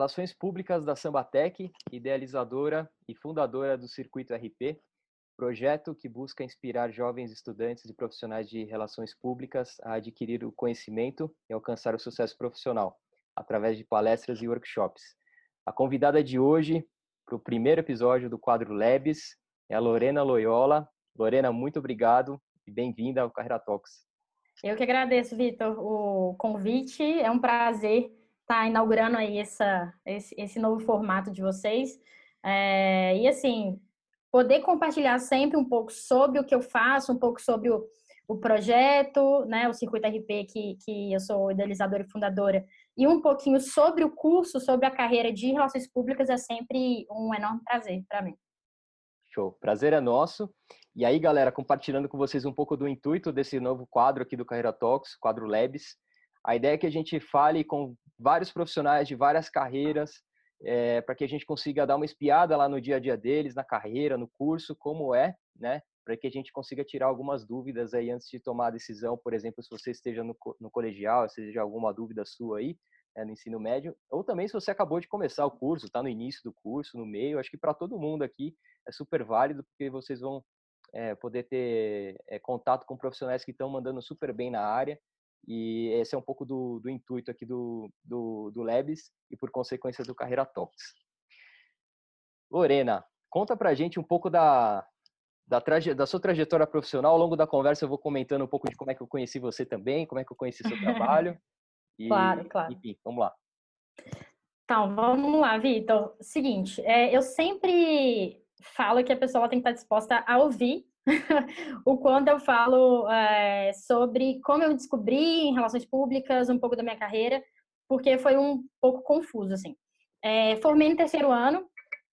Relações Públicas da Sambatec, idealizadora e fundadora do Circuito RP, projeto que busca inspirar jovens estudantes e profissionais de relações públicas a adquirir o conhecimento e alcançar o sucesso profissional, através de palestras e workshops. A convidada de hoje, para o primeiro episódio do quadro Labs, é a Lorena Loyola. Lorena, muito obrigado e bem-vinda ao Carreira Talks. Eu que agradeço, Vitor, o convite. É um prazer estar inaugurando aí esse novo formato de vocês. E assim, poder compartilhar sempre um pouco sobre o que eu faço, um pouco sobre o projeto, né, o Circuito RP, que eu sou idealizadora e fundadora, e um pouquinho sobre o curso, sobre a carreira de Relações Públicas, é sempre um enorme prazer para mim. Show, prazer é nosso. E aí, galera, compartilhando com vocês um pouco do intuito desse novo quadro aqui do Carreira Talks, quadro Labs. A ideia é que a gente fale com vários profissionais de várias carreiras, para que a gente consiga dar uma espiada lá no dia a dia deles, na carreira, no curso, como é, né? Para que a gente consiga tirar algumas dúvidas aí antes de tomar a decisão, por exemplo, se você esteja no colegial, se seja alguma dúvida sua aí, no ensino médio, ou também se você acabou de começar o curso, está no início do curso, no meio, acho que para todo mundo aqui é super válido, porque vocês vão poder ter contato com profissionais que estão mandando super bem na área, e esse é um pouco do intuito aqui do Labs e, por consequência, do Carreira Talks. Lorena, conta pra gente um pouco da sua trajetória profissional. Ao longo da conversa eu vou comentando um pouco de como é que eu conheci você também, como é que eu conheci seu trabalho, Claro, e claro. enfim, vamos lá. Então, vamos lá, Vitor. Seguinte, eu sempre falo que a pessoa tem que estar disposta a ouvir o quanto eu falo sobre como eu me descobri em relações públicas, um pouco da minha carreira, porque foi um pouco confuso, assim. Formei no terceiro ano,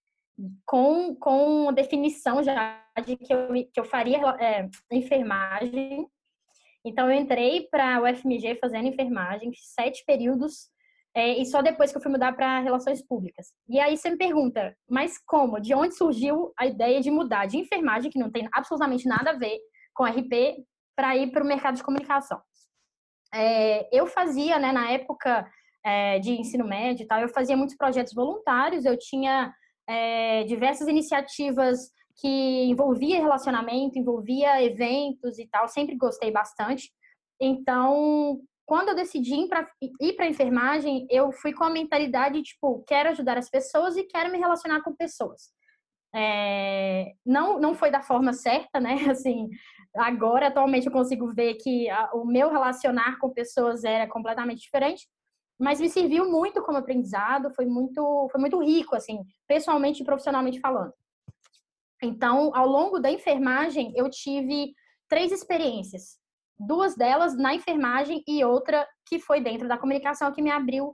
com definição já de que eu faria enfermagem. Então, eu entrei para a UFMG fazendo enfermagem, 7 períodos, e só depois que eu fui mudar para relações públicas. E aí você me pergunta, mas como? De onde surgiu a ideia de mudar de enfermagem, que não tem absolutamente nada a ver com RP, para ir para o mercado de comunicação? Eu fazia, né, na época de ensino médio e tal, eu fazia muitos projetos voluntários, eu tinha diversas iniciativas que envolvia relacionamento, envolvia eventos e tal, sempre gostei bastante. Então, quando eu decidi ir para enfermagem, eu fui com a mentalidade, tipo, quero ajudar as pessoas e quero me relacionar com pessoas. Não foi da forma certa, né? Assim, agora, atualmente, eu consigo ver que o meu relacionar com pessoas era completamente diferente, mas me serviu muito como aprendizado, foi muito rico, assim, pessoalmente e profissionalmente falando. Então, ao longo da enfermagem, eu tive 3 experiências. 2 delas na enfermagem e outra que foi dentro da comunicação, que me abriu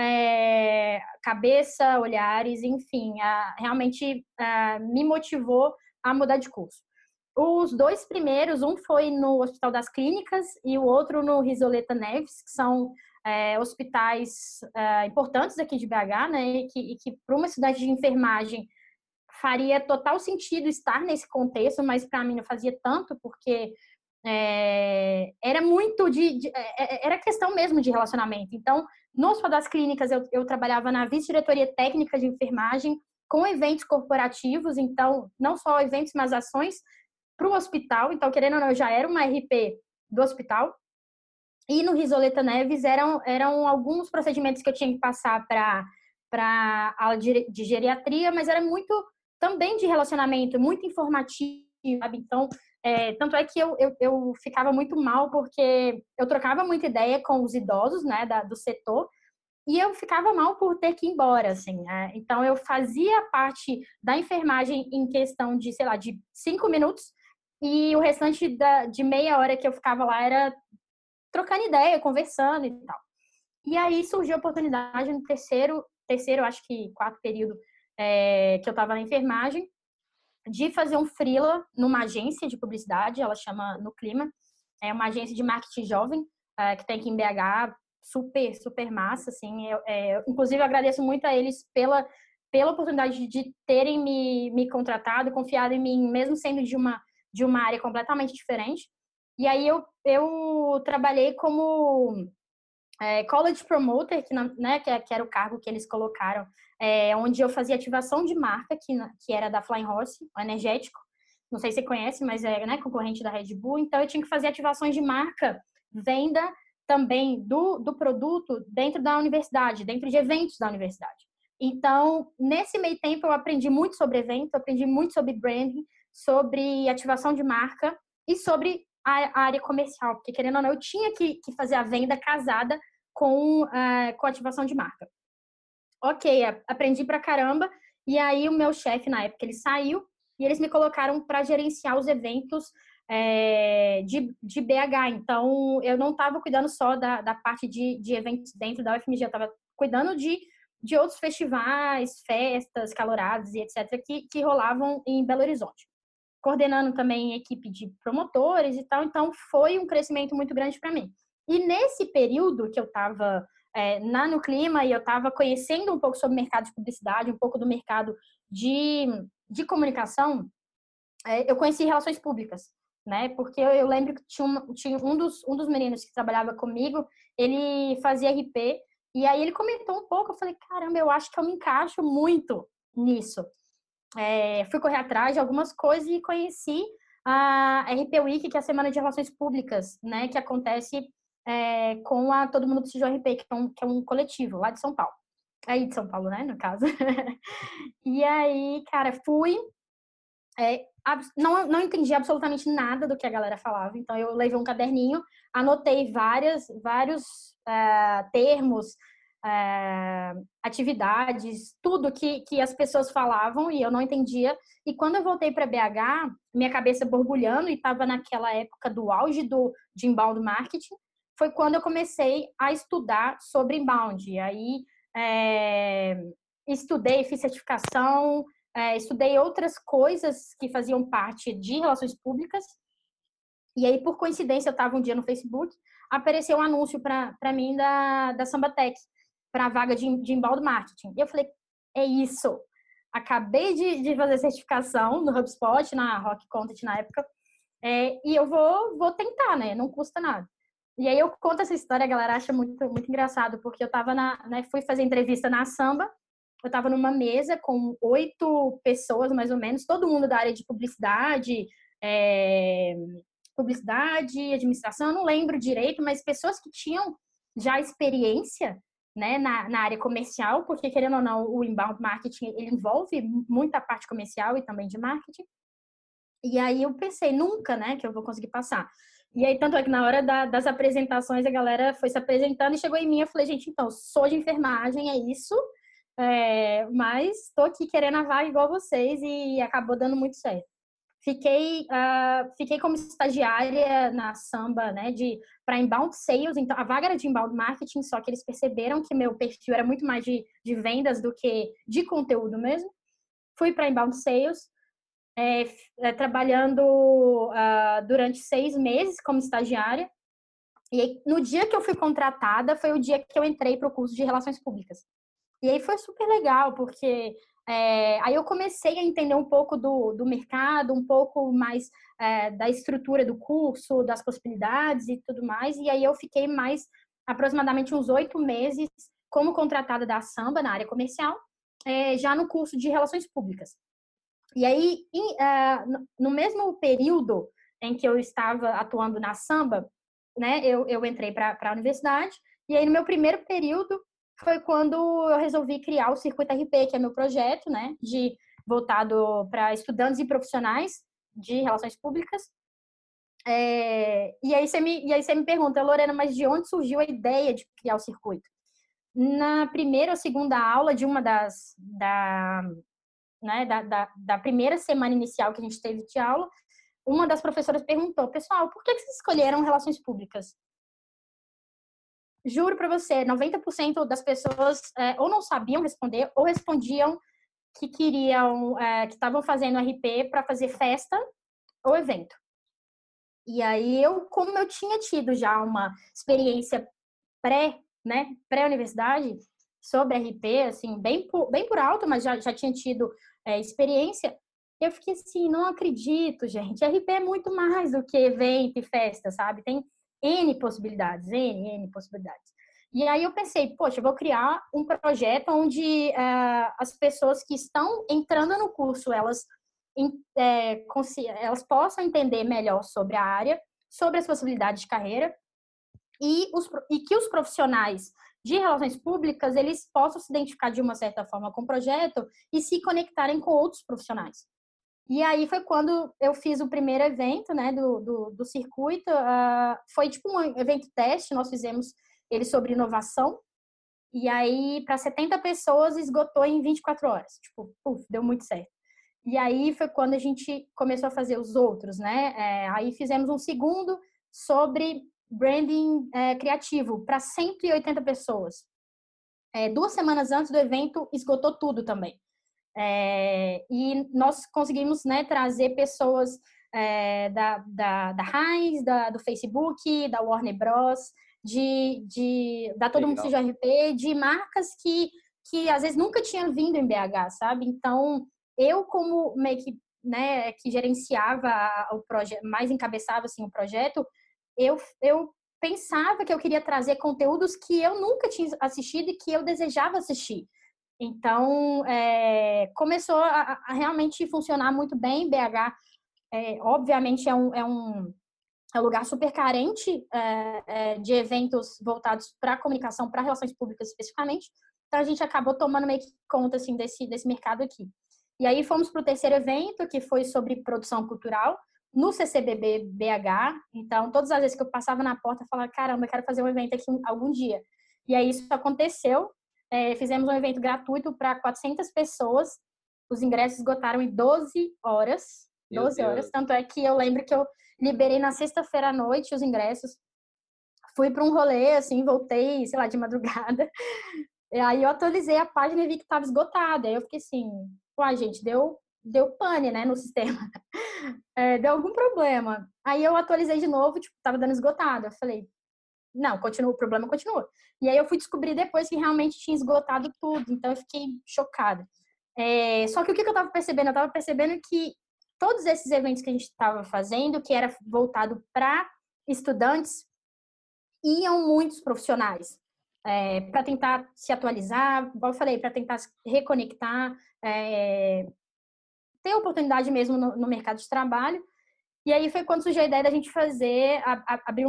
cabeça, olhares, enfim, realmente me motivou a mudar de curso. Os 2 primeiros, um foi no Hospital das Clínicas e o outro no Risoleta Neves, que são hospitais importantes aqui de BH, né, e que para uma estudante de enfermagem faria total sentido estar nesse contexto, mas para mim não fazia tanto, porque era muito era questão mesmo de relacionamento. Então, no Hospital das Clínicas, eu trabalhava na vice-diretoria técnica de enfermagem, com eventos corporativos, então, não só eventos, mas ações para o hospital. Então, querendo ou não, eu já era uma RP do hospital. E no Risoleta Neves eram alguns procedimentos que eu tinha que passar para a aula de geriatria, mas era muito também de relacionamento, muito informativo, sabe? Então, tanto é que eu ficava muito mal, porque eu trocava muita ideia com os idosos, né, do setor, e eu ficava mal por ter que ir embora, assim. Então, eu fazia parte da enfermagem em questão de, sei lá, de 5 minutos, e o restante de meia hora que eu ficava lá era trocando ideia, conversando e tal. E aí surgiu a oportunidade no terceiro, acho que 4 período, que eu estava na enfermagem, de fazer um freela numa agência de publicidade, ela chama No Clima, é uma agência de marketing jovem, que tem aqui em BH, super, super massa, assim. Inclusive, eu agradeço muito a eles pela oportunidade de terem me contratado, confiado em mim, mesmo sendo de uma área completamente diferente. E aí eu trabalhei como College Promoter, né, que era o cargo que eles colocaram, onde eu fazia ativação de marca, que era da Flying Horse, o energético. Não sei se você conhece, mas é, né, concorrente da Red Bull. Então, eu tinha que fazer ativações de marca, venda também do produto dentro da universidade, dentro de eventos da universidade. Então, nesse meio tempo, eu aprendi muito sobre evento, aprendi muito sobre branding, sobre ativação de marca e sobre a área comercial, porque, querendo ou não, eu tinha que fazer a venda casada com ativação de marca. Ok, aprendi pra caramba, e aí o meu chefe, na época, ele saiu, e eles me colocaram para gerenciar os eventos de BH. Então, eu não estava cuidando só da parte de eventos dentro da UFMG, eu estava cuidando de outros festivais, festas, caloradas e etc., que rolavam em Belo Horizonte. Coordenando também equipe de promotores e tal, então foi um crescimento muito grande para mim. E nesse período que eu estava no Clima e eu estava conhecendo um pouco sobre o mercado de publicidade, um pouco do mercado de comunicação, eu conheci relações públicas, né? Porque eu lembro que tinha um dos meninos que trabalhava comigo, ele fazia RP, e aí ele comentou um pouco, eu falei, caramba, eu acho que eu me encaixo muito nisso. Fui correr atrás de algumas coisas e conheci a RP Week, que é a Semana de Relações Públicas, né? Que acontece com a Todo Mundo Precisa de RP, que é um coletivo lá de São Paulo. Aí de São Paulo, né? No caso. E aí, cara, fui... não entendi absolutamente nada do que a galera falava, então eu levei um caderninho, anotei vários termos, atividades, tudo que as pessoas falavam e eu não entendia. E quando eu voltei para BH, minha cabeça borbulhando e estava naquela época do auge de inbound marketing, foi quando eu comecei a estudar sobre inbound. E aí estudei, fiz certificação, estudei outras coisas que faziam parte de relações públicas. E aí, por coincidência, eu estava um dia no Facebook, apareceu um anúncio para mim da Sambatec, para a vaga de inbound marketing. E eu falei, é isso. Acabei de fazer certificação no HubSpot, na Rock Content na época, e eu vou tentar, né? Não custa nada. E aí eu conto essa história, a galera acha muito, muito engraçado, porque eu tava fui fazer entrevista na Samba, eu estava numa mesa com 8 pessoas, mais ou menos, todo mundo da área de publicidade, administração, eu não lembro direito, mas pessoas que tinham já experiência, né, na área comercial, porque, querendo ou não, o inbound marketing ele envolve muita parte comercial e também de marketing. E aí eu pensei, nunca, né, que eu vou conseguir passar. E aí, tanto é que na hora das apresentações, a galera foi se apresentando e chegou em mim, eu falei, gente, então, sou de enfermagem, é isso, mas estou aqui querendo a vaga igual vocês e acabou dando muito certo. Fiquei como estagiária na Samba, né, para inbound sales. Então, a vaga era de inbound marketing, só que eles perceberam que meu perfil era muito mais de vendas do que de conteúdo mesmo. Fui para inbound sales, trabalhando durante 6 meses como estagiária. E aí, no dia que eu fui contratada, foi o dia que eu entrei para o curso de Relações Públicas. E aí foi super legal, porque aí eu comecei a entender um pouco do mercado, um pouco mais da estrutura do curso, das possibilidades e tudo mais. E aí eu fiquei mais aproximadamente uns 8 meses como contratada da Samba na área comercial, já no curso de Relações Públicas. E aí, no mesmo período em que eu estava atuando na Samba, né, eu entrei para a universidade. E aí, no meu primeiro período, foi quando eu resolvi criar o Circuito RP, que é meu projeto, né, voltado para estudantes e profissionais de relações públicas. E aí você me pergunta, Lorena, mas de onde surgiu a ideia de criar o circuito? Na primeira ou segunda aula de uma da primeira semana inicial que a gente teve de aula, uma das professoras perguntou, pessoal, por que vocês escolheram relações públicas? Juro para você, 90% das pessoas ou não sabiam responder ou respondiam que queriam, que estavam fazendo RP para fazer festa ou evento. E aí como eu tinha tido já uma experiência pré-universidade sobre RP, assim, bem por alto, mas já tinha tido experiência, eu fiquei assim, não acredito, gente, RP é muito mais do que evento e festa, sabe? Tem N possibilidades. E aí eu pensei, poxa, eu vou criar um projeto onde as pessoas que estão entrando no curso, elas possam entender melhor sobre a área, sobre as possibilidades de carreira e que os profissionais de relações públicas, eles possam se identificar de uma certa forma com o projeto e se conectarem com outros profissionais. E aí foi quando eu fiz o primeiro evento, né, do circuito. Foi tipo um evento teste, nós fizemos ele sobre inovação. E aí, para 70 pessoas, esgotou em 24 horas. Tipo, deu muito certo. E aí foi quando a gente começou a fazer os outros, né? Aí fizemos um segundo sobre branding criativo para 180 pessoas. 2 semanas antes do evento, esgotou tudo também. E nós conseguimos, né, trazer pessoas da Heinz, do Facebook, da Warner Bros., da Todo Mundo Seja RP, de marcas que às vezes nunca tinham vindo em BH, sabe? Então, eu como meio que, né, que gerenciava o projeto, mais encabeçava assim, o projeto, eu pensava que eu queria trazer conteúdos que eu nunca tinha assistido e que eu desejava assistir. Então, começou a realmente funcionar muito bem. BH, obviamente, é um lugar super carente de eventos voltados para a comunicação, para relações públicas especificamente. Então, a gente acabou tomando meio que conta assim, desse mercado aqui. E aí, fomos para o terceiro evento, que foi sobre produção cultural, no CCBB BH. Então, todas as vezes que eu passava na porta, eu falava, caramba, eu quero fazer um evento aqui algum dia. E aí, isso aconteceu. Fizemos um evento gratuito para 400 pessoas. Os ingressos esgotaram em 12 horas. 12 horas. Tanto é que eu lembro que eu liberei na sexta-feira à noite os ingressos. Fui para um rolê, assim, voltei, sei lá, de madrugada. E aí eu atualizei a página e vi que estava esgotada. Aí eu fiquei assim, uai, gente, deu pane, né, no sistema. Deu algum problema. Aí eu atualizei de novo, tipo, tava dando esgotado. Eu falei, não, continua, o problema continua. E aí eu fui descobrir depois que realmente tinha esgotado tudo. Então eu fiquei chocada. Só que o que eu tava percebendo? Eu tava percebendo que todos esses eventos que a gente estava fazendo, que era voltado para estudantes, iam muitos profissionais para tentar se atualizar, como eu falei, para tentar se reconectar, ter oportunidade mesmo no mercado de trabalho. E aí foi quando surgiu a ideia da gente abrir um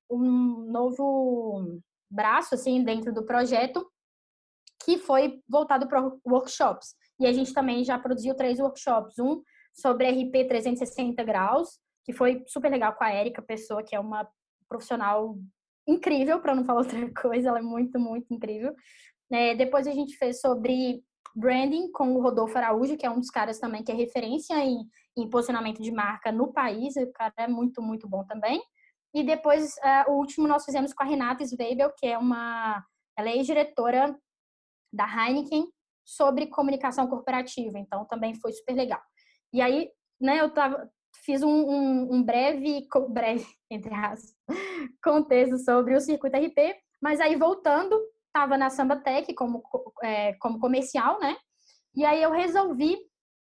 novo braço, assim, dentro do projeto, que foi voltado para workshops. E a gente também já produziu 3 workshops. Um sobre RP 360 graus, que foi super legal com a Érica Pessoa, que é uma profissional incrível, para não falar outra coisa, ela é muito, muito incrível. Depois a gente fez sobre branding com o Rodolfo Araújo, que é um dos caras também que é referência em posicionamento de marca no país. O cara é muito, muito bom também. E depois, o último nós fizemos com a Renata Sveibel, que ela é ex-diretora da Heineken, sobre comunicação corporativa. Então, também foi super legal. E aí, né, fiz um breve, entre aspas, contexto sobre o Circuito RP, mas aí voltando, estava na Sambatec como comercial, né? E aí eu resolvi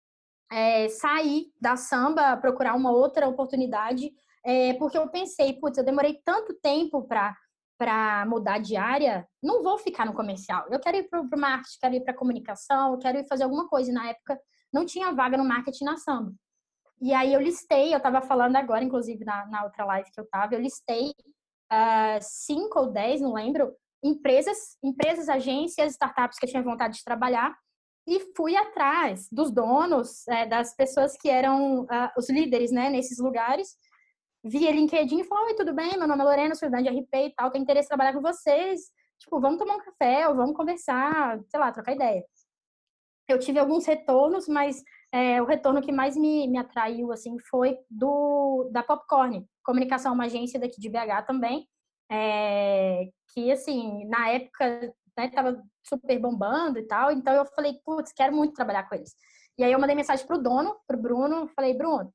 sair da Samba, procurar uma outra oportunidade, porque eu pensei, putz, eu demorei tanto tempo para mudar de área, não vou ficar no comercial. Eu quero ir para o marketing, quero ir para a comunicação, eu quero ir fazer alguma coisa. E na época não tinha vaga no marketing na Samba. E aí eu estava falando agora, inclusive na outra live que eu listei 5 ou 10, não lembro, empresas, agências, startups que eu tinha vontade de trabalhar e fui atrás dos donos, das pessoas que eram os líderes, né, nesses lugares. Vi LinkedIn e falei, oi, tudo bem? Meu nome é Lorena, sou estudante de RP e tal, tenho interesse em trabalhar com vocês. Tipo, vamos tomar um café ou vamos conversar, sei lá, trocar ideia. Eu tive alguns retornos, mas o retorno que mais me atraiu, assim, foi da Popcorn. Comunicação, uma agência daqui de BH também, que, assim, na época, né, tava super bombando e tal, então eu falei, putz, quero muito trabalhar com eles. E aí eu mandei mensagem pro dono, pro Bruno, falei, Bruno,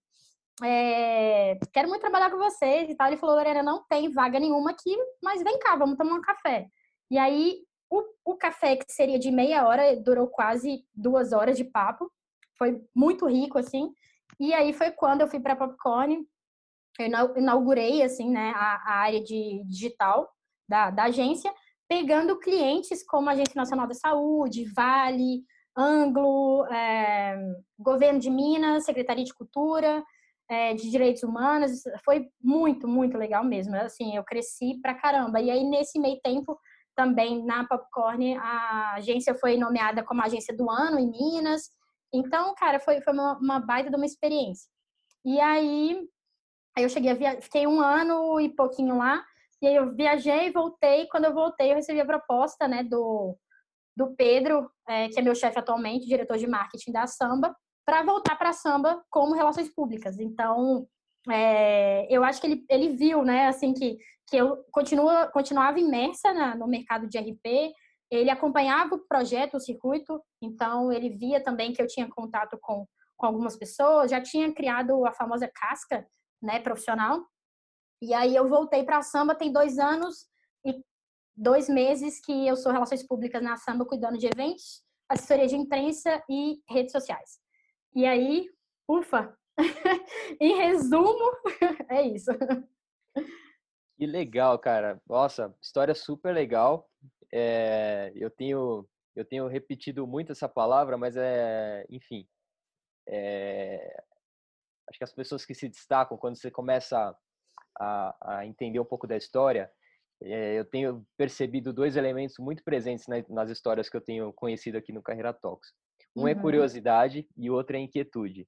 quero muito trabalhar com vocês e tal. Ele falou, Lorena, não tem vaga nenhuma aqui, mas vem cá, vamos tomar um café. E aí, o café, que seria de meia hora, durou quase 2 horas de papo. Foi muito rico, assim. E aí foi quando eu fui para a Popcorn, eu inaugurei, assim, né, a área de digital da agência. pegando clientes como a Agência Nacional da Saúde, Vale, Anglo, Governo de Minas, Secretaria de Cultura, de Direitos Humanos. Foi muito, muito legal mesmo. Assim, eu cresci pra caramba. E aí, nesse meio tempo, também na Popcorn, a agência foi nomeada como agência do ano em Minas. Então, cara, foi uma baita de uma experiência. E aí eu cheguei fiquei 1 ano e pouquinho lá. E aí eu viajei e voltei. Quando eu voltei, eu recebi a proposta, né, do Pedro, que é meu chefe atualmente, diretor de marketing da Samba, para voltar para a Samba como relações públicas. Então, eu acho que ele viu, né, assim, que eu continuava imersa no mercado de RP, ele acompanhava o projeto, o circuito, então ele via também que eu tinha contato com algumas pessoas, já tinha criado a famosa casca, né, profissional. E aí eu voltei para a Samba tem 2 anos e 2 meses que eu sou Relações Públicas na Samba, cuidando de eventos, assessoria de imprensa e redes sociais. E aí, ufa! Em resumo, é isso. Que legal, cara. Nossa, história super legal. Eu tenho repetido muito essa palavra, mas enfim, acho que as pessoas que se destacam quando você começa a entender um pouco da história, eu tenho percebido 2 elementos muito presentes nas histórias que eu tenho conhecido aqui no Carreira Talks. Um é curiosidade e o outro é inquietude.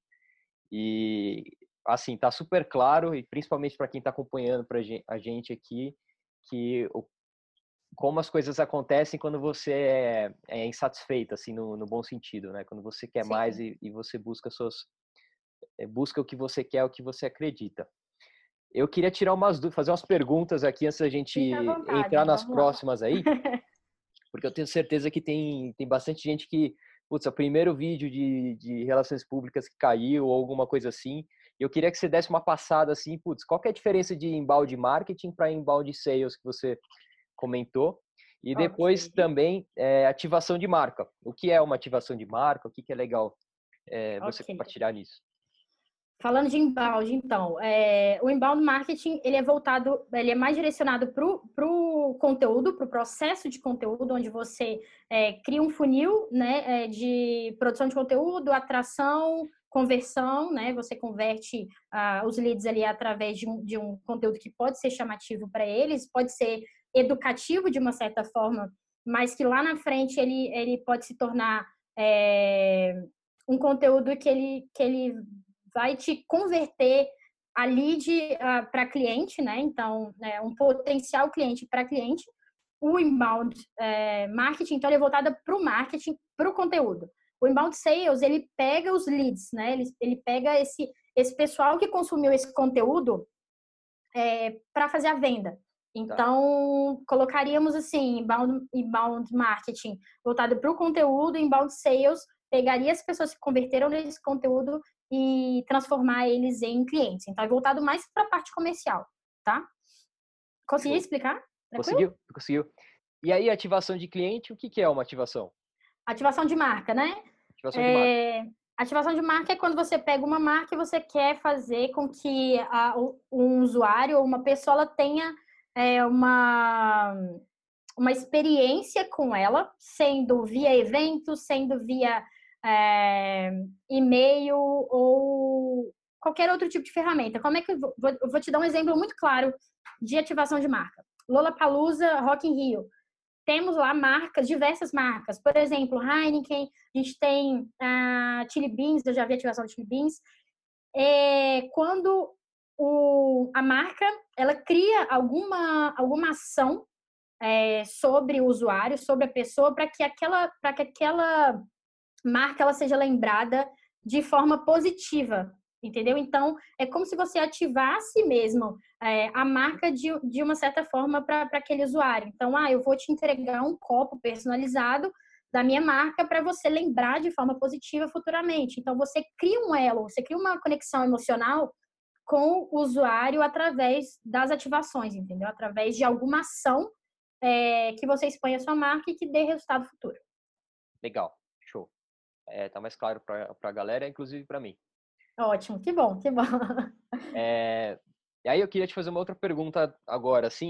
E, assim, tá super claro, e principalmente para quem está acompanhando a gente aqui, que como as coisas acontecem quando você é insatisfeito, assim, no bom sentido, né? Quando você quer mais Sim. e você busca busca o que você quer, o que você acredita. Eu queria tirar fazer umas perguntas aqui antes da gente Fica à vontade, entrar nas vamos lá. próximas aí, porque eu tenho certeza que tem bastante gente que, putz, é o primeiro vídeo de relações públicas que caiu ou alguma coisa assim. Eu queria que você desse uma passada assim, putz, qual que é a diferença de inbound marketing para inbound sales que você comentou? E depois Ok, também ativação de marca. O que é uma ativação de marca? O que é legal você ok. compartilhar nisso? Falando de inbound, então, o inbound marketing, ele é mais direcionado para o conteúdo, para o processo de conteúdo, onde você cria um funil, né, de produção de conteúdo, atração, conversão, né, você converte os leads ali através de um conteúdo que pode ser chamativo para eles, pode ser educativo de uma certa forma, mas que lá na frente ele pode se tornar um conteúdo que ele vai te converter a lead para cliente, né? Então, um potencial cliente para cliente. O inbound marketing, então, ele é voltado para o marketing, para o conteúdo. O inbound sales, ele pega os leads, né? Ele pega esse pessoal que consumiu esse conteúdo para fazer a venda. Tá. Então, colocaríamos assim, inbound marketing voltado para o conteúdo, inbound sales pegaria as pessoas que converteram nesse conteúdo e transformar eles em clientes. Então, é voltado mais para a parte comercial, tá? Consegui Show. explicar? Tranquilo? Conseguiu? Conseguiu. E aí, ativação de cliente, o que é uma ativação? Ativação de marca, né? Ativação de marca. Ativação de marca é quando você pega uma marca e você quer fazer com que um usuário ou uma pessoa ela tenha uma experiência com ela, sendo via evento, sendo via e-mail ou qualquer outro tipo de ferramenta. Como é que eu vou te dar um exemplo muito claro de ativação de marca? Lollapalooza, Rock in Rio. Temos lá marcas, diversas marcas. Por exemplo, Heineken, a gente tem a Chili Beans, eu já vi a ativação de Chili Beans. Quando a marca ela cria alguma ação sobre o usuário, sobre a pessoa, para que aquela marca ela seja lembrada de forma positiva, entendeu? Então, é como se você ativasse mesmo a marca de uma certa forma para aquele usuário. Então, eu vou te entregar um copo personalizado da minha marca para você lembrar de forma positiva futuramente. Então, você cria um elo, você cria uma conexão emocional com o usuário através das ativações, entendeu? Através de alguma ação que você expõe a sua marca e que dê resultado futuro. Legal. Show. Tá mais claro para a galera, inclusive para mim. Ótimo, que bom, que bom. E aí eu queria te fazer uma outra pergunta agora, assim.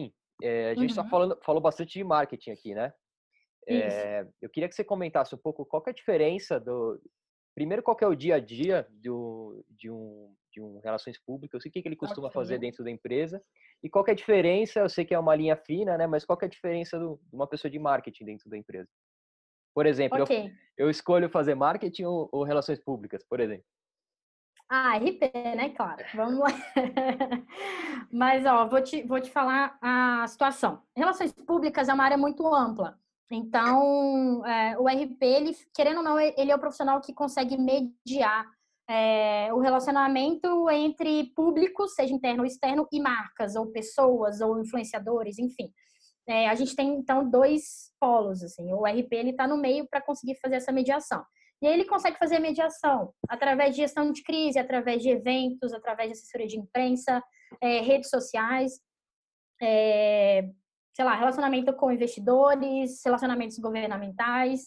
a gente Uhum. falou bastante de marketing aqui, né? Isso. Eu queria que você comentasse um pouco qual que é a diferença primeiro, qual que é o dia a dia de um relações públicas, o que ele costuma fazer Ok. dentro da empresa, e qual que é a diferença, eu sei que é uma linha fina, né? Mas qual que é a diferença de uma pessoa de marketing dentro da empresa? Por exemplo, Ok. eu escolho fazer marketing ou relações públicas, por exemplo. Ah, RP, né? Claro. Vamos lá. Mas, ó, vou te falar a situação. Relações públicas é uma área muito ampla. Então, o RP, ele, querendo ou não, ele é o profissional que consegue mediar o relacionamento entre públicos, seja interno ou externo, e marcas, ou pessoas, ou influenciadores, enfim. A gente tem, então, dois polos, assim. O RP, ele está no meio para conseguir fazer essa mediação. E aí ele consegue fazer a mediação através de gestão de crise, através de eventos, através de assessoria de imprensa, redes sociais, sei lá, relacionamento com investidores, relacionamentos governamentais,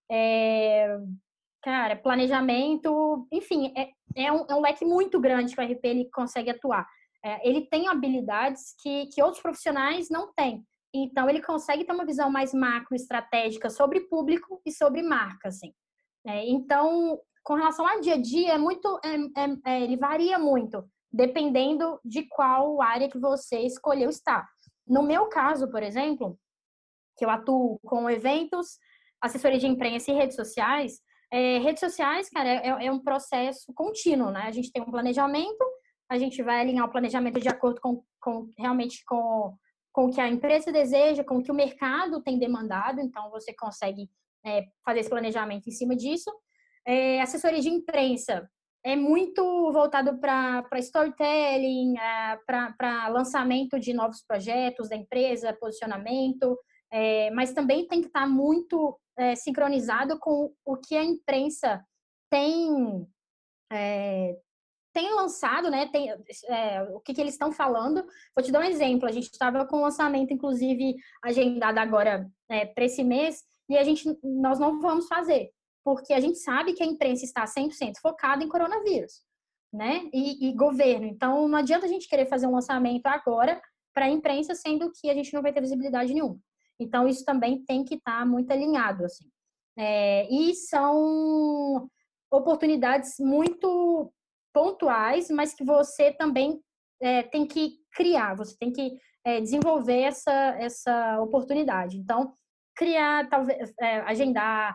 cara, planejamento, enfim, é um leque muito grande que o RP ele consegue atuar. Ele tem habilidades que outros profissionais não têm. Então, ele consegue ter uma visão mais macro, estratégica sobre público e sobre marca, assim. Então, com relação ao dia a dia, ele varia muito, dependendo de qual área que você escolheu estar. No meu caso, por exemplo, que eu atuo com eventos, assessoria de imprensa e redes sociais, cara, é um processo contínuo, né? A gente tem um planejamento, a gente vai alinhar o planejamento de acordo realmente com o que a empresa deseja, com o que o mercado tem demandado, então você consegue fazer esse planejamento em cima disso. Assessoria de imprensa é muito voltado para storytelling, para lançamento de novos projetos da empresa, posicionamento, mas também tem que estar muito sincronizado com o que a imprensa tem lançado, né? O que eles estão falando. Vou te dar um exemplo. A gente estava com o lançamento, inclusive, agendado agora para esse mês, e nós não vamos fazer, porque a gente sabe que a imprensa está 100% focada em coronavírus, né? E governo. Então, não adianta a gente querer fazer um lançamento agora para a imprensa, sendo que a gente não vai ter visibilidade nenhuma. Então, isso também tem que estar muito alinhado, assim. E são oportunidades muito pontuais, mas que você também tem que criar, você tem que desenvolver essa oportunidade. Então, criar, talvez, agendar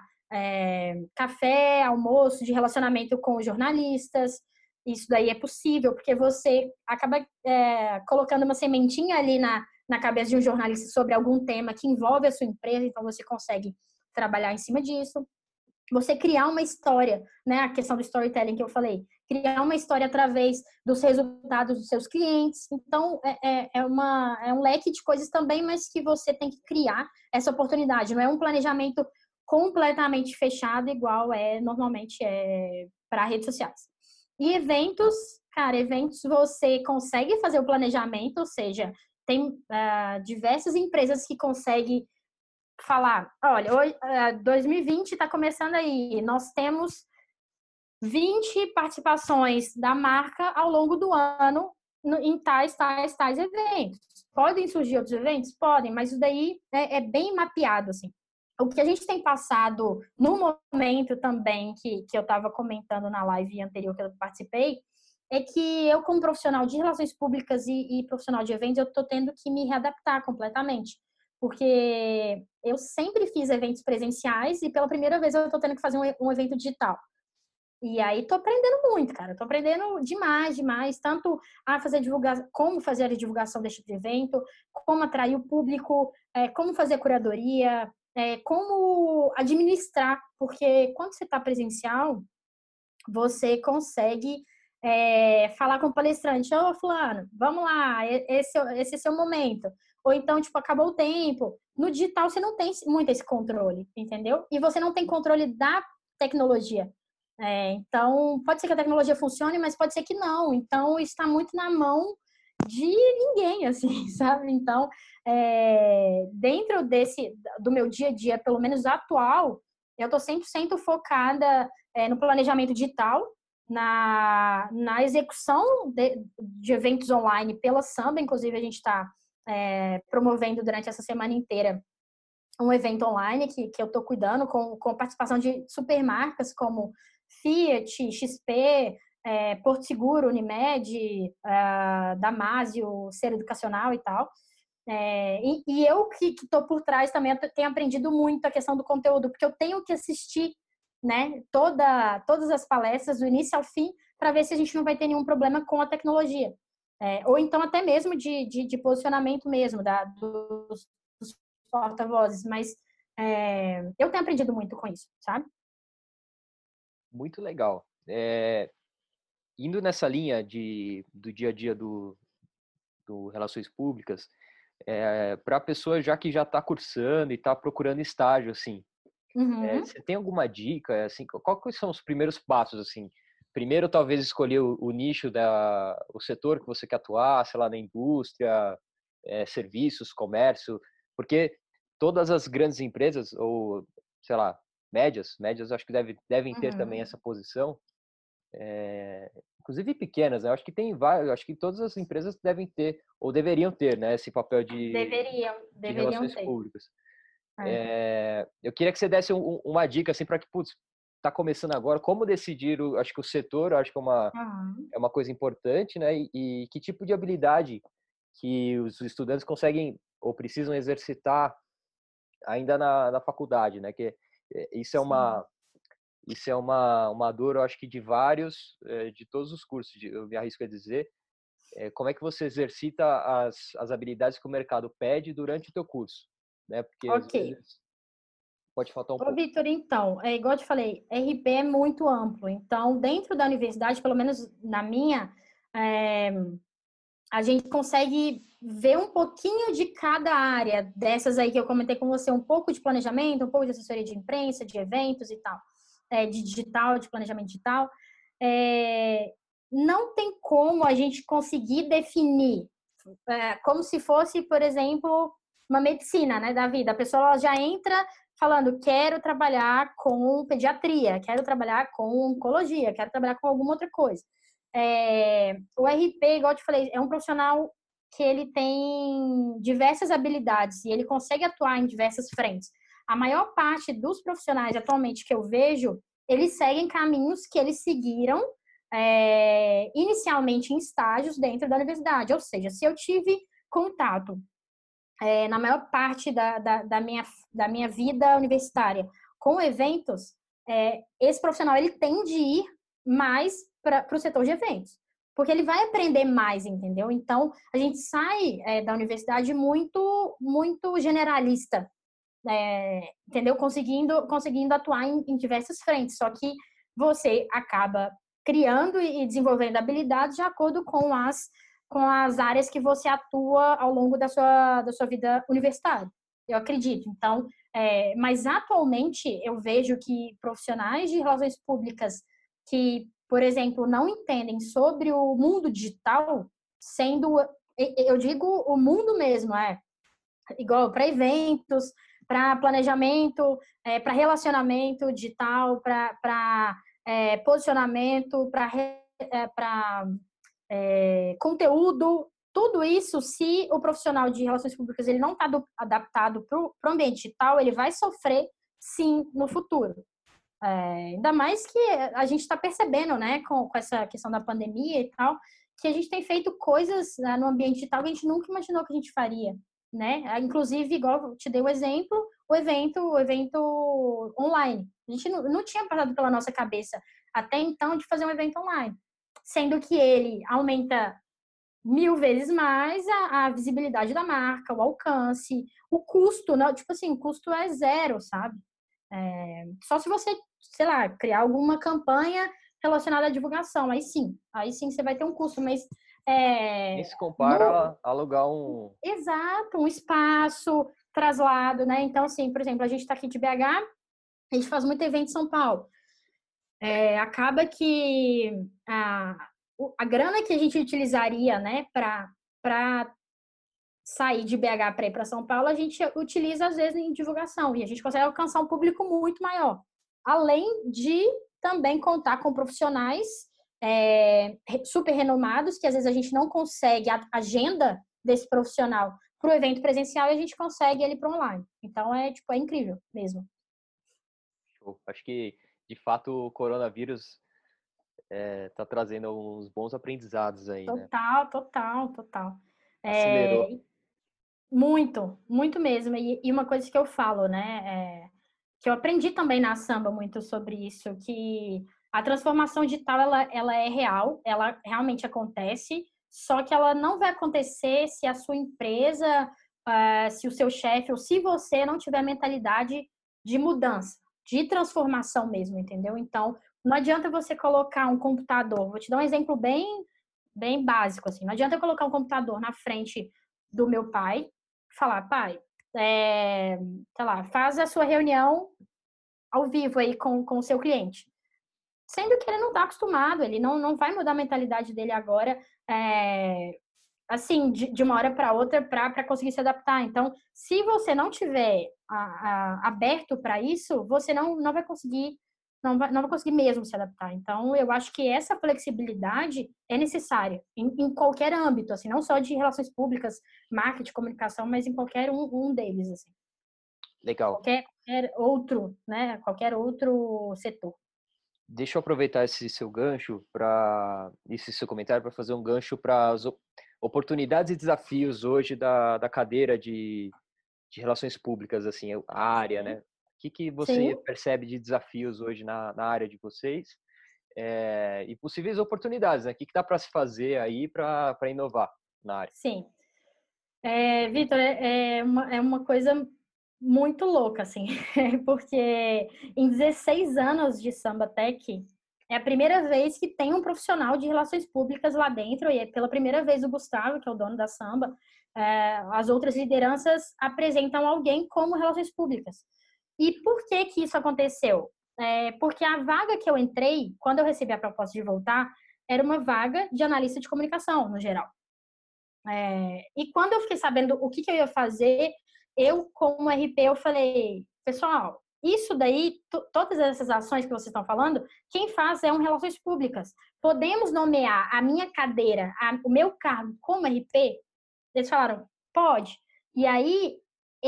café, almoço de relacionamento com os jornalistas, isso daí é possível, porque você acaba colocando uma sementinha ali na cabeça de um jornalista sobre algum tema que envolve a sua empresa, então você consegue trabalhar em cima disso. Você criar uma história, né? A questão do storytelling que eu falei, criar uma história através dos resultados dos seus clientes. Então, é um leque de coisas também, mas que você tem que criar essa oportunidade. Não é um planejamento completamente fechado, igual normalmente para redes sociais. E eventos, cara, eventos você consegue fazer o planejamento, ou seja, tem diversas empresas que conseguem falar, olha, hoje, 2020 está começando aí, nós temos 20 participações da marca ao longo do ano em tais eventos. Podem surgir outros eventos? Podem, mas isso daí é bem mapeado, assim. O que a gente tem passado no momento também, que eu estava comentando na live anterior que eu participei, é que eu, como profissional de relações públicas e profissional de eventos, eu estou tendo que me readaptar completamente. Porque eu sempre fiz eventos presenciais e pela primeira vez eu estou tendo que fazer um evento digital. E aí tô aprendendo muito, cara. Tô aprendendo demais, demais. Tanto a fazer divulgação, como fazer a divulgação deste evento, como atrair o público, como fazer a curadoria, como administrar. Porque quando você está presencial, você consegue falar com o palestrante, ô fulano, vamos lá, esse é seu momento. Ou então, tipo, acabou o tempo. No digital, você não tem muito esse controle, entendeu? E você não tem controle da tecnologia. Então, pode ser que a tecnologia funcione, mas pode ser que não. Então, está muito na mão de ninguém, assim, sabe? Então, dentro do meu dia a dia, pelo menos atual, eu estou 100% focada no planejamento digital, na execução de eventos online pela Samba. Inclusive, a gente está promovendo durante essa semana inteira um evento online que eu estou cuidando com participação de supermarcas como Fiat, XP, Porto Seguro, Unimed, Damásio, Ser Educacional e tal. E eu que estou por trás também tenho aprendido muito a questão do conteúdo, porque eu tenho que assistir, né, todas as palestras, do início ao fim, para ver se a gente não vai ter nenhum problema com a tecnologia. Ou então até mesmo de posicionamento mesmo dos porta-vozes. Mas eu tenho aprendido muito com isso, sabe? Muito legal. Indo nessa linha do dia a dia do Relações Públicas, para a pessoa já que já está cursando e está procurando estágio, assim, você tem alguma dica, assim, quais são os primeiros passos, assim? Primeiro, talvez escolher o nicho, o setor que você quer atuar, sei lá, na indústria, serviços, comércio, porque todas as grandes empresas, ou, sei lá, médias acho que devem ter também essa posição, inclusive pequenas, né? Eu acho que tem vários, acho que todas as empresas devem ter, ou deveriam ter, né, esse papel de Deveriam relações ter. públicas. Eu queria que você desse uma dica, assim, para que, putz, tá começando agora, como decidir, acho que o setor, acho que é uma coisa importante, né? E que tipo de habilidade que os estudantes conseguem ou precisam exercitar ainda na faculdade, né? Que isso é uma dor, eu acho que de vários, de todos os cursos, eu me arrisco a dizer. Como é que você exercita as habilidades que o mercado pede durante o teu curso, né? Porque às Ok. vezes pode faltar um Ô, pouco. Vitor, então, igual eu te falei, RP é muito amplo. Então, dentro da universidade, pelo menos na minha, a gente consegue ver um pouquinho de cada área dessas aí que eu comentei com você, um pouco de planejamento, um pouco de assessoria de imprensa, de eventos e tal, de digital, de planejamento digital. Não tem como a gente conseguir definir, como se fosse, por exemplo, uma medicina, né, da vida. A pessoa já entra falando, quero trabalhar com pediatria, quero trabalhar com oncologia, quero trabalhar com alguma outra coisa. O RP, igual eu te falei, é um profissional que ele tem diversas habilidades e ele consegue atuar em diversas frentes. A maior parte dos profissionais atualmente que eu vejo, eles seguem caminhos que eles seguiram inicialmente em estágios dentro da universidade. Ou seja, se eu tive contato na maior parte da minha vida universitária com eventos, esse profissional ele tem de ir mais para o setor de eventos, porque ele vai aprender mais, entendeu? Então, a gente sai da universidade muito, muito generalista, entendeu? Conseguindo atuar em diversas frentes, só que você acaba criando e desenvolvendo habilidades de acordo com as áreas que você atua ao longo da sua vida universitária. Eu acredito. Então, mas atualmente eu vejo que profissionais de relações públicas que, por exemplo, não entendem sobre o mundo digital, eu digo o mundo mesmo, igual para eventos, para planejamento, para relacionamento digital, para posicionamento, para conteúdo, tudo isso, se o profissional de relações públicas ele não está adaptado para o ambiente digital, ele vai sofrer, sim, no futuro. Ainda mais que a gente está percebendo, né, com essa questão da pandemia e tal, que a gente tem feito coisas no ambiente digital que a gente nunca imaginou que a gente faria, né? Inclusive, igual eu te dei o exemplo, o evento online. A gente não tinha passado pela nossa cabeça até então de fazer um evento online, sendo que ele aumenta 1000 vezes mais a visibilidade da marca, o alcance, o custo, né? Tipo assim, o custo é zero, sabe? Só se você, sei lá, criar alguma campanha relacionada à divulgação, aí sim você vai ter um custo, mas Nem se compara a alugar exato, um espaço, traslado, né? Então, assim, por exemplo, a gente está aqui de BH, a gente faz muito evento em São Paulo. Acaba que a grana que a gente utilizaria, né, para sair de BH para ir para São Paulo, a gente utiliza às vezes em divulgação e a gente consegue alcançar um público muito maior. Além de também contar com profissionais super renomados, que às vezes a gente não consegue a agenda desse profissional para o evento presencial e a gente consegue ele para online. Então, é incrível mesmo. Show. Acho que, de fato, o coronavírus tá trazendo uns bons aprendizados aí, né? Total. Acelerou. Muito, muito mesmo. E uma coisa que eu falo, né? Que eu aprendi também na samba muito sobre isso, que a transformação digital, ela é real, ela realmente acontece, só que ela não vai acontecer se a sua empresa, se o seu chefe ou se você não tiver mentalidade de mudança, de transformação mesmo, entendeu? Então, não adianta você colocar um computador, vou te dar um exemplo bem básico, assim, não adianta eu colocar um computador na frente do meu pai, falar, pai, sei lá, faz a sua reunião ao vivo aí com o seu cliente. Sendo que ele não está acostumado, ele não vai mudar a mentalidade dele agora, assim, de uma hora para outra, para conseguir se adaptar. Então, se você não tiver aberto para isso, você não vai conseguir, não vai conseguir mesmo se adaptar. Então, eu acho que essa flexibilidade é necessária em qualquer âmbito, assim, não só de relações públicas, marketing, comunicação, mas em qualquer um deles, assim. Legal. Qualquer outro, né? Qualquer outro setor. Deixa eu aproveitar esse seu gancho esse seu comentário para fazer um gancho para as oportunidades e desafios hoje da cadeira de relações públicas, assim, a área, né? O que você Sim. percebe de desafios hoje na área de vocês? E possíveis oportunidades, né? O que dá para se fazer aí para inovar na área? Sim. Vitor, é uma coisa muito louca, assim, porque em 16 anos de Samba Tech, é a primeira vez que tem um profissional de relações públicas lá dentro, e é pela primeira vez o Gustavo, que é o dono da Samba, as outras lideranças apresentam alguém como relações públicas. E por que isso aconteceu? Porque a vaga que eu entrei, quando eu recebi a proposta de voltar, era uma vaga de analista de comunicação, no geral. E quando eu fiquei sabendo o que eu ia fazer, eu, como RP, eu falei, pessoal, isso daí, todas essas ações que vocês estão falando, quem faz é um Relações Públicas. Podemos nomear a minha cadeira, o meu cargo como RP? Eles falaram, pode. E aí,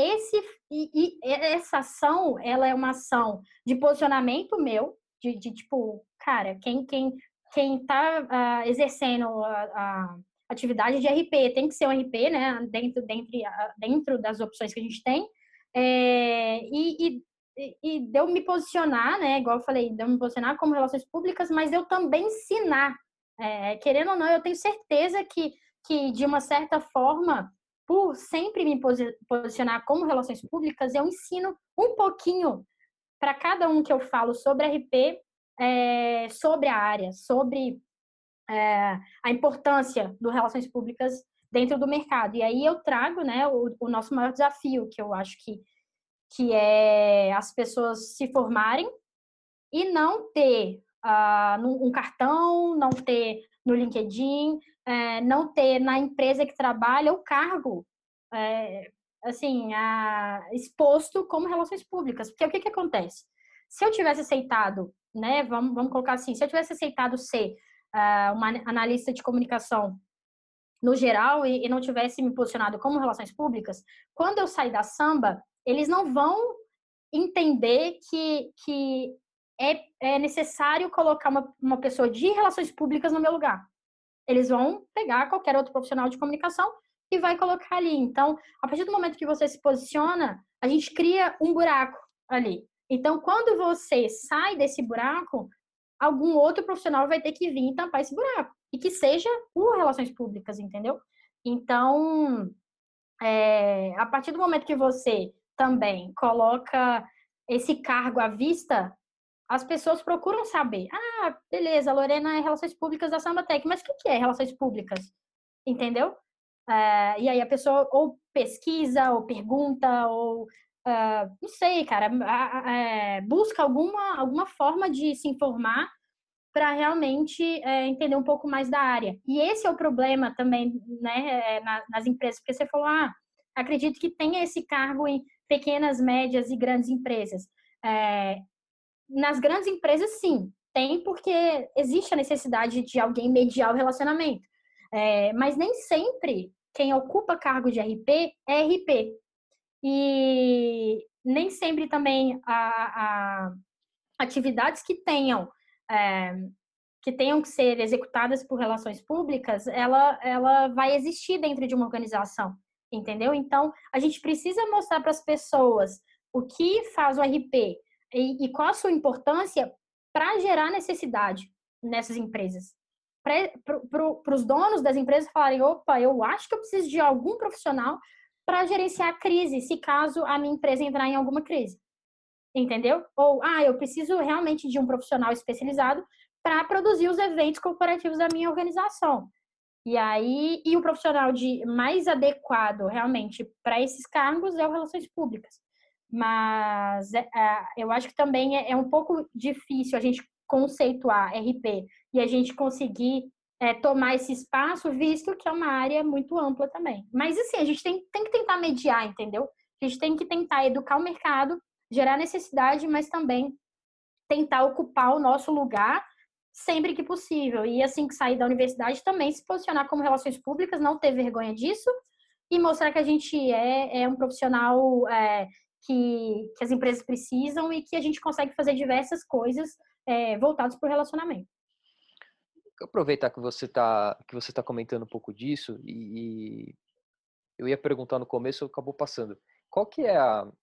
essa ação, ela é uma ação de posicionamento meu, de tipo, cara, quem tá exercendo a atividade de RP tem que ser um RP, né, dentro das opções que a gente tem, e de eu me posicionar, né, igual eu falei, de eu me posicionar como relações públicas, mas eu também ensinar, querendo ou não, eu tenho certeza que de uma certa forma, por sempre me posicionar como relações públicas, eu ensino um pouquinho para cada um que eu falo sobre RP, sobre a área, sobre a importância do relações públicas dentro do mercado. E aí eu trago, né, o nosso maior desafio, que eu acho que é as pessoas se formarem e não ter um cartão, não ter no LinkedIn, não ter na empresa que trabalha o cargo assim, exposto como relações públicas. Porque o que acontece? Se eu tivesse aceitado, né, vamos colocar assim, se eu tivesse aceitado ser uma analista de comunicação no geral e não tivesse me posicionado como relações públicas, quando eu sair da Samba, eles não vão entender que é necessário colocar uma pessoa de relações públicas no meu lugar. Eles vão pegar qualquer outro profissional de comunicação e vai colocar ali. Então, a partir do momento que você se posiciona, a gente cria um buraco ali. Então, quando você sai desse buraco, algum outro profissional vai ter que vir tampar esse buraco. E que seja o Relações Públicas, entendeu? Então, a partir do momento que você também coloca esse cargo à vista, as pessoas procuram saber. Ah, beleza, a Lorena é Relações Públicas da Sambatec, mas o que é Relações Públicas? Entendeu? E aí a pessoa ou pesquisa, ou pergunta, ou não sei, cara, busca alguma forma de se informar para realmente entender um pouco mais da área. E esse é o problema também, né, nas empresas, porque você falou, acredito que tenha esse cargo em pequenas, médias e grandes empresas. Nas grandes empresas, sim, tem porque existe a necessidade de alguém mediar o relacionamento. Mas nem sempre quem ocupa cargo de RP é RP. E nem sempre também a atividades que tenham que ser executadas por relações públicas, ela vai existir dentro de uma organização, entendeu? Então, a gente precisa mostrar para as pessoas o que faz o RP e qual a sua importância para gerar necessidade nessas empresas. Para os donos das empresas falarem, opa, eu acho que eu preciso de algum profissional para gerenciar a crise, se caso a minha empresa entrar em alguma crise. Entendeu? Ou, eu preciso realmente de um profissional especializado para produzir os eventos corporativos da minha organização. E aí, o profissional mais adequado realmente para esses cargos é o Relações Públicas. Mas eu acho que também é um pouco difícil a gente conceituar RP e a gente conseguir tomar esse espaço, visto que é uma área muito ampla também. Mas, assim, a gente tem que tentar mediar, entendeu? A gente tem que tentar educar o mercado, gerar necessidade, mas também tentar ocupar o nosso lugar sempre que possível. E assim que sair da universidade, também se posicionar como relações públicas, não ter vergonha disso e mostrar que a gente é um profissional que as empresas precisam e que a gente consegue fazer diversas coisas voltadas para o relacionamento. Aproveitar que você tá comentando um pouco disso e eu ia perguntar no começo, acabou passando. Qual que é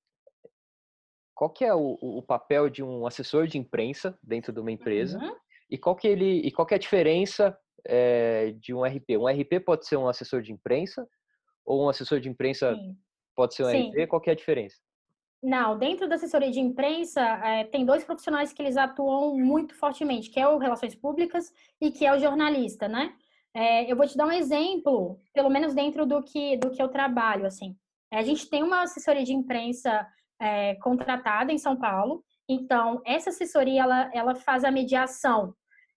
o papel de um assessor de imprensa dentro de uma empresa? Uhum. E qual que é a diferença de um RP? Um RP pode ser um assessor de imprensa ou um assessor de imprensa Sim. pode ser um Sim. RP? Qual que é a diferença? Não, dentro da assessoria de imprensa, tem dois profissionais que eles atuam muito fortemente, que é o Relações Públicas e que é o jornalista, né? Eu vou te dar um exemplo, pelo menos dentro do que eu trabalho, assim. A gente tem uma assessoria de imprensa contratada em São Paulo, então essa assessoria, ela faz a mediação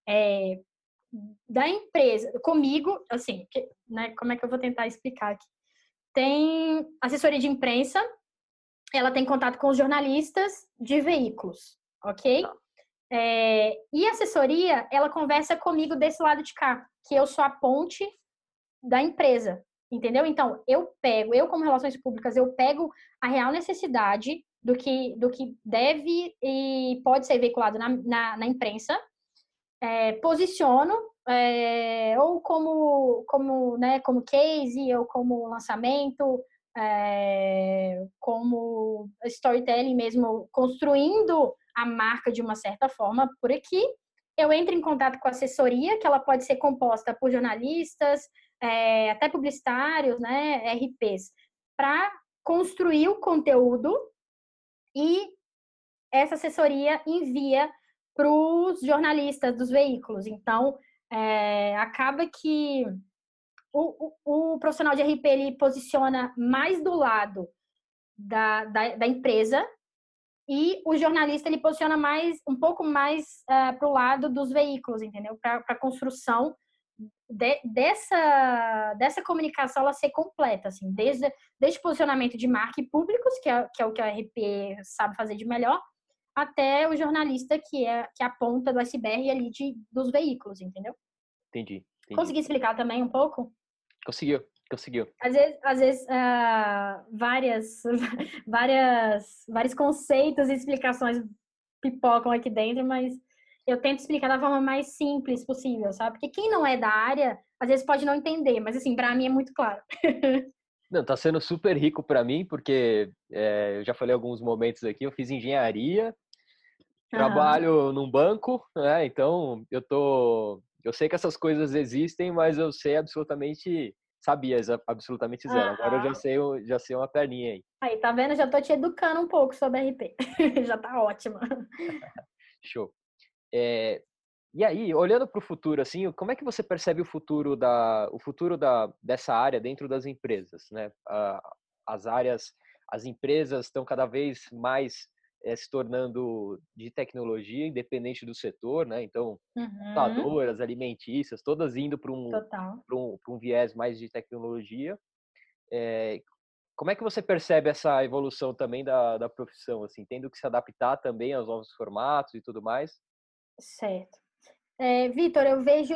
da empresa, comigo, assim, né, como é que eu vou tentar explicar aqui? Tem assessoria de imprensa, ela tem contato com os jornalistas de veículos, ok? E a assessoria, ela conversa comigo desse lado de cá, que eu sou a ponte da empresa, entendeu? Então, eu como relações públicas, eu pego a real necessidade do que deve e pode ser veiculado na imprensa, posiciono, ou como case, ou como lançamento, como storytelling mesmo, construindo a marca de uma certa forma por aqui. Eu entro em contato com a assessoria, que ela pode ser composta por jornalistas, até publicitários, né, RPs, para construir o conteúdo e essa assessoria envia para os jornalistas dos veículos. Então, acaba que o profissional de RP ele posiciona mais do lado da empresa e o jornalista ele posiciona um pouco mais para o lado dos veículos, entendeu? Para a construção dessa comunicação ela ser completa, assim, desde posicionamento de marca e públicos, que é o que a RP sabe fazer de melhor, até o jornalista que é a ponta do iceberg ali dos veículos, entendeu? Entendi. Consegui explicar também um pouco? Conseguiu. Às vezes vários conceitos e explicações pipocam aqui dentro, mas eu tento explicar da forma mais simples possível, sabe? Porque quem não é da área, às vezes pode não entender, mas assim, para mim é muito claro. Não, tá sendo super rico para mim, porque eu já falei alguns momentos aqui, eu fiz engenharia, Aham. trabalho num banco, né? Então eu sei que essas coisas existem, mas eu sei absolutamente zero. Agora eu Aham. já sei uma perninha aí. Aí, tá vendo? Já tô te educando um pouco sobre RP. Já tá ótima. Show. E aí, olhando para o futuro, assim, como é que você percebe dessa área dentro das empresas, né? As empresas estão cada vez mais se tornando de tecnologia, independente do setor, né? Então, Uhum. montadoras, alimentícias, todas indo Total. para um viés mais de tecnologia. Como é que você percebe essa evolução também da profissão, assim, tendo que se adaptar também aos novos formatos e tudo mais? Certo. Vitor, eu vejo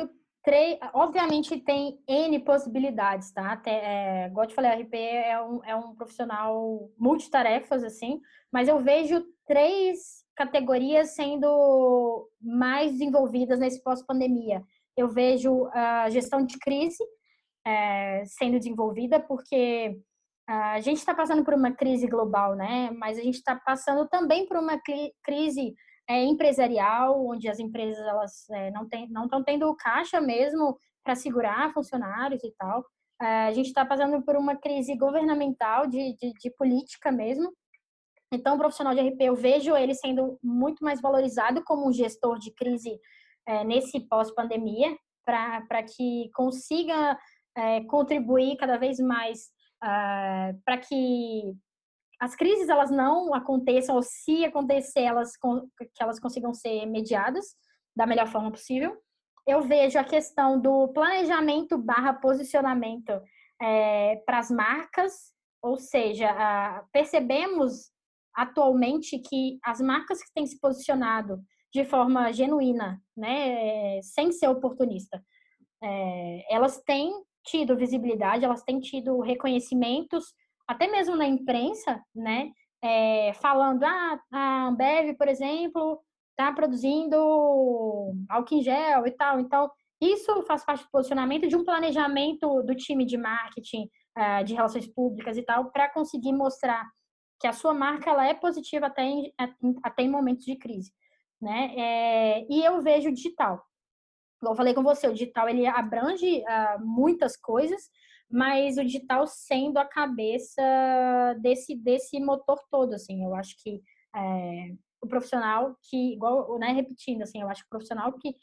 Obviamente tem N possibilidades, tá? Até, igual eu te falei, a RP é um profissional multitarefas, assim, mas eu vejo 3 categorias sendo mais desenvolvidas nesse pós-pandemia. Eu vejo a gestão de crise sendo desenvolvida, porque a gente está passando por uma crise global, né? Mas a gente está passando também por uma crise empresarial, onde as empresas elas não estão tendo caixa mesmo para segurar funcionários e tal. A gente está passando por uma crise governamental de política mesmo. Então, o profissional de RP, eu vejo ele sendo muito mais valorizado como um gestor de crise nesse pós-pandemia, para que consiga contribuir cada vez mais para que as crises elas não aconteçam, ou se acontecer, que elas consigam ser mediadas da melhor forma possível. Eu vejo a questão do planejamento / posicionamento para as marcas, ou seja, percebemos atualmente que as marcas que têm se posicionado de forma genuína, né, sem ser oportunista, elas têm tido visibilidade, elas têm tido reconhecimentos, até mesmo na imprensa, né? Falando, a Ambev, por exemplo, está produzindo álcool em gel e tal. Então, isso faz parte do posicionamento de um planejamento do time de marketing, de relações públicas e tal, para conseguir mostrar que a sua marca ela é positiva até em momentos de crise, né? E eu vejo o digital. Como eu falei com você, o digital ele abrange muitas coisas, mas o digital sendo a cabeça desse motor todo, assim, eu acho que o profissional que, igual, né, repetindo, assim, eu acho que o profissional que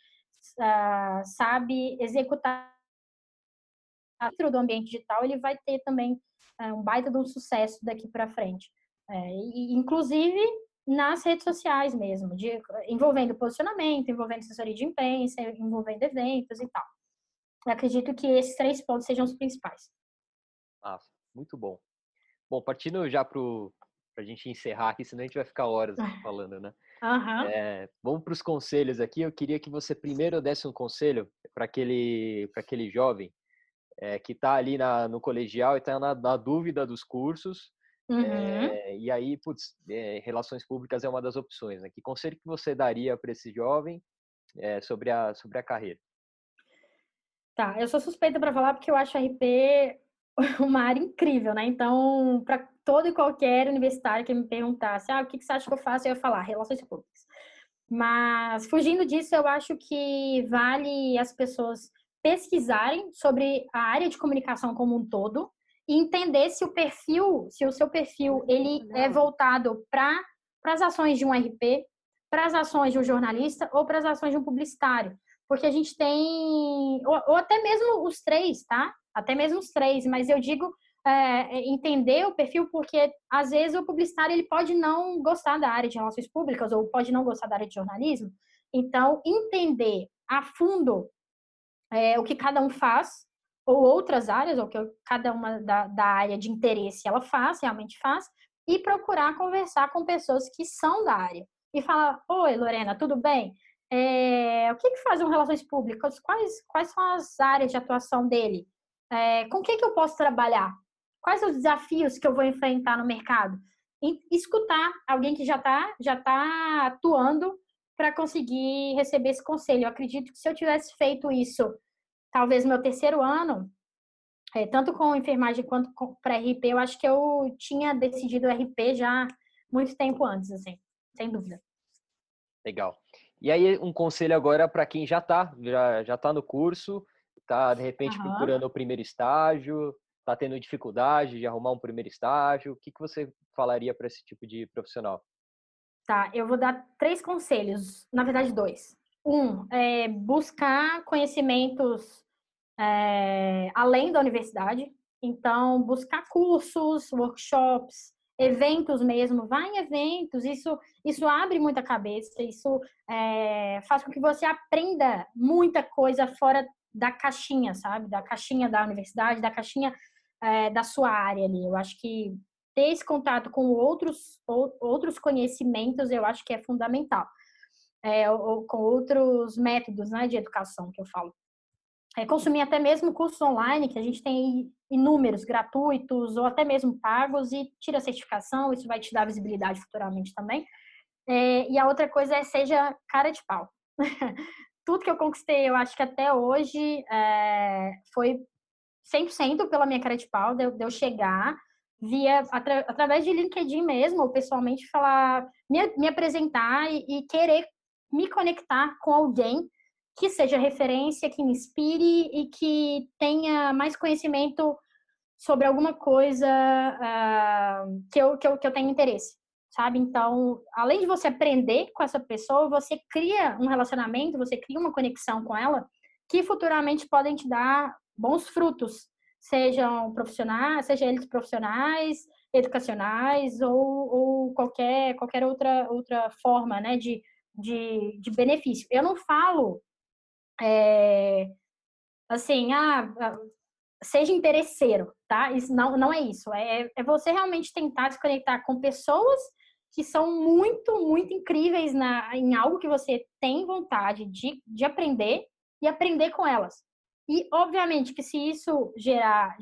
sabe executar dentro do ambiente digital, ele vai ter também um baita de um sucesso daqui para frente. Inclusive nas redes sociais mesmo, envolvendo posicionamento, envolvendo assessoria de imprensa, envolvendo eventos e tal. Eu acredito que esses 3 pontos sejam os principais. Muito bom. Bom, partindo já para a gente encerrar aqui, senão a gente vai ficar horas falando, né? Uhum. Vamos para os conselhos aqui. Eu queria que você primeiro desse um conselho para aquele jovem que está ali no colegial e está na dúvida dos cursos. Uhum. E aí, relações públicas é uma das opções, né? Que conselho que você daria para esse jovem sobre a carreira? Tá, eu sou suspeita para falar porque eu acho a RP uma área incrível, né? Então, para todo e qualquer universitário que me perguntasse, o que você acha que eu faço? Eu ia falar relações públicas. Mas, fugindo disso, eu acho que vale as pessoas pesquisarem sobre a área de comunicação como um todo e entender se o seu perfil, ele é voltado para as ações de um RP, para as ações de um jornalista ou para as ações de um publicitário. Porque a gente tem, ou até mesmo os 3, tá? Até mesmo os 3, mas eu digo entender o perfil, porque às vezes o publicitário ele pode não gostar da área de relações públicas ou pode não gostar da área de jornalismo. Então, entender a fundo o que cada um faz, ou outras áreas, ou que cada uma da área de interesse ela realmente faz, e procurar conversar com pessoas que são da área. E falar, oi, Lorena, tudo bem? O que fazem relações públicas? Quais são as áreas de atuação dele? Com o que eu posso trabalhar? Quais os desafios que eu vou enfrentar no mercado? E escutar alguém que já tá atuando para conseguir receber esse conselho. Eu acredito que se eu tivesse feito isso, talvez no meu terceiro ano, tanto com enfermagem quanto para RP, eu acho que eu tinha decidido RP já muito tempo antes, assim, sem dúvida. Legal. E aí, um conselho agora para quem já tá no curso, tá de repente procurando o primeiro estágio, tá tendo dificuldade de arrumar um primeiro estágio. O que você falaria para esse tipo de profissional? Tá, eu vou dar 3 conselhos, na verdade 2. Buscar conhecimentos além da universidade. Então, buscar cursos, workshops, eventos mesmo. Vai em eventos, isso abre muita cabeça, isso faz com que você aprenda muita coisa fora da caixinha, sabe? Da caixinha da universidade, da caixinha da sua área ali. Eu acho que ter esse contato com outros conhecimentos, eu acho que é fundamental. Ou com outros métodos, né, de educação que eu falo. consumir até mesmo cursos online, que a gente tem inúmeros, gratuitos ou até mesmo pagos, e tira a certificação, isso vai te dar visibilidade futuramente também. E a outra coisa seja cara de pau. Tudo que eu conquistei, eu acho que até hoje foi 100% pela minha cara de pau, de eu chegar através de LinkedIn mesmo, ou pessoalmente falar, me apresentar e querer me conectar com alguém que seja referência, que me inspire e que tenha mais conhecimento sobre alguma coisa que eu tenha interesse, sabe? Então, além de você aprender com essa pessoa, você cria um relacionamento, você cria uma conexão com ela que futuramente podem te dar bons frutos, sejam profissionais, seja eles profissionais, educacionais ou qualquer outra forma, né, de benefício. Eu não falo assim, seja interesseiro, tá? Isso não é isso. É você realmente tentar se conectar com pessoas que são muito, muito incríveis em algo que você tem vontade de aprender e aprender com elas. E, obviamente, que se isso gerar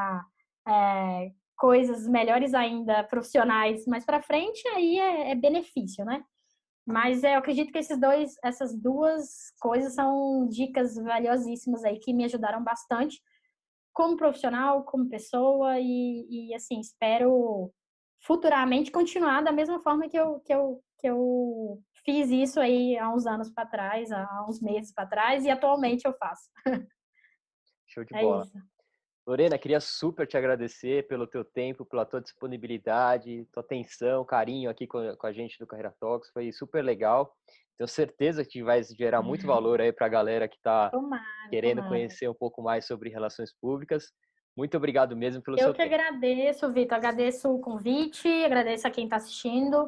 coisas melhores ainda, profissionais mais para frente, aí é benefício, né? Mas eu acredito que essas duas coisas são dicas valiosíssimas aí que me ajudaram bastante como profissional, como pessoa e assim, espero futuramente continuar da mesma forma que eu fiz isso aí há uns anos para trás, há uns meses para trás e atualmente eu faço. Show de bola. Isso. Lorena, queria super te agradecer pelo teu tempo, pela tua disponibilidade, tua atenção, carinho aqui com a gente do Carreira Talks, foi super legal. Tenho certeza que vai gerar muito valor aí para a galera que está querendo conhecer um pouco mais sobre relações públicas. Muito obrigado mesmo pelo seu tempo. Eu que agradeço, Vitor, agradeço o convite, agradeço a quem está assistindo.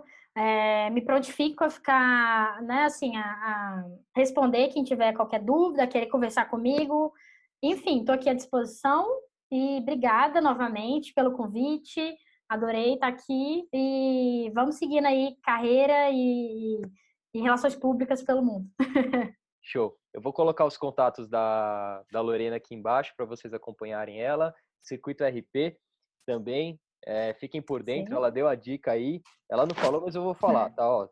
Me prontifico a ficar, né, assim, a responder quem tiver qualquer dúvida, querer conversar comigo. Enfim, estou aqui à disposição e obrigada novamente pelo convite. Adorei estar aqui e vamos seguindo aí carreira e relações públicas pelo mundo. Show. Eu vou colocar os contatos da Lorena aqui embaixo para vocês acompanharem ela. Circuito RP também. Fiquem por dentro. Sim. Ela deu a dica aí. Ela não falou, mas eu vou falar, tá? Ó,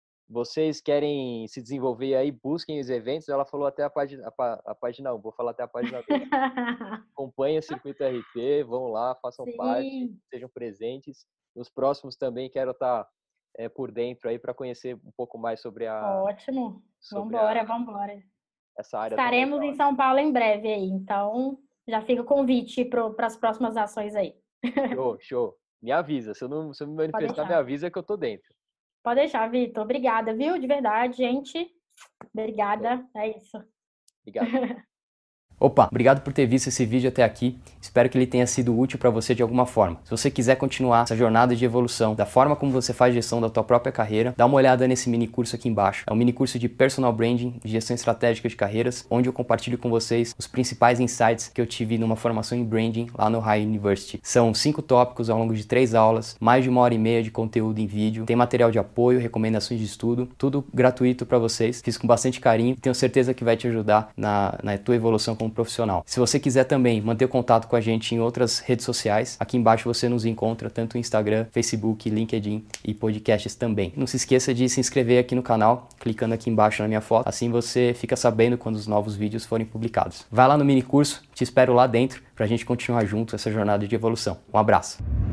vocês querem se desenvolver aí, busquem os eventos. Ela falou até a página 1, vou falar até a página 2. Acompanhem o Circuito RP, vão lá, façam Sim. parte, sejam presentes. Nos próximos também quero estar por dentro aí para conhecer um pouco mais sobre a... Ótimo, vamos embora. Essa área. Estaremos em São Paulo em breve aí, então já fica o convite para as próximas ações aí. Show. Me avisa, se eu me manifestar, me avisa que eu tô dentro. Pode deixar, Vitor. Obrigada, viu? De verdade, gente. Obrigada. É isso. Obrigado. Opa, obrigado por ter visto esse vídeo até aqui. Espero que ele tenha sido útil para você de alguma forma. Se você quiser continuar essa jornada de evolução da forma como você faz gestão da tua própria carreira, dá uma olhada nesse mini curso aqui embaixo. É um mini curso de Personal Branding, de gestão estratégica de carreiras, onde eu compartilho com vocês os principais insights que eu tive numa formação em Branding lá no High University. São 5 tópicos ao longo de 3 aulas, mais de 1h30 de conteúdo em vídeo, tem material de apoio, recomendações de estudo, tudo gratuito para vocês. Fiz com bastante carinho e tenho certeza que vai te ajudar na tua evolução como profissional. Se você quiser também manter contato com a gente em outras redes sociais, aqui embaixo você nos encontra tanto no Instagram, Facebook, LinkedIn e podcasts também. Não se esqueça de se inscrever aqui no canal, clicando aqui embaixo na minha foto, assim você fica sabendo quando os novos vídeos forem publicados. Vai lá no mini curso, te espero lá dentro pra gente continuar junto essa jornada de evolução. Um abraço!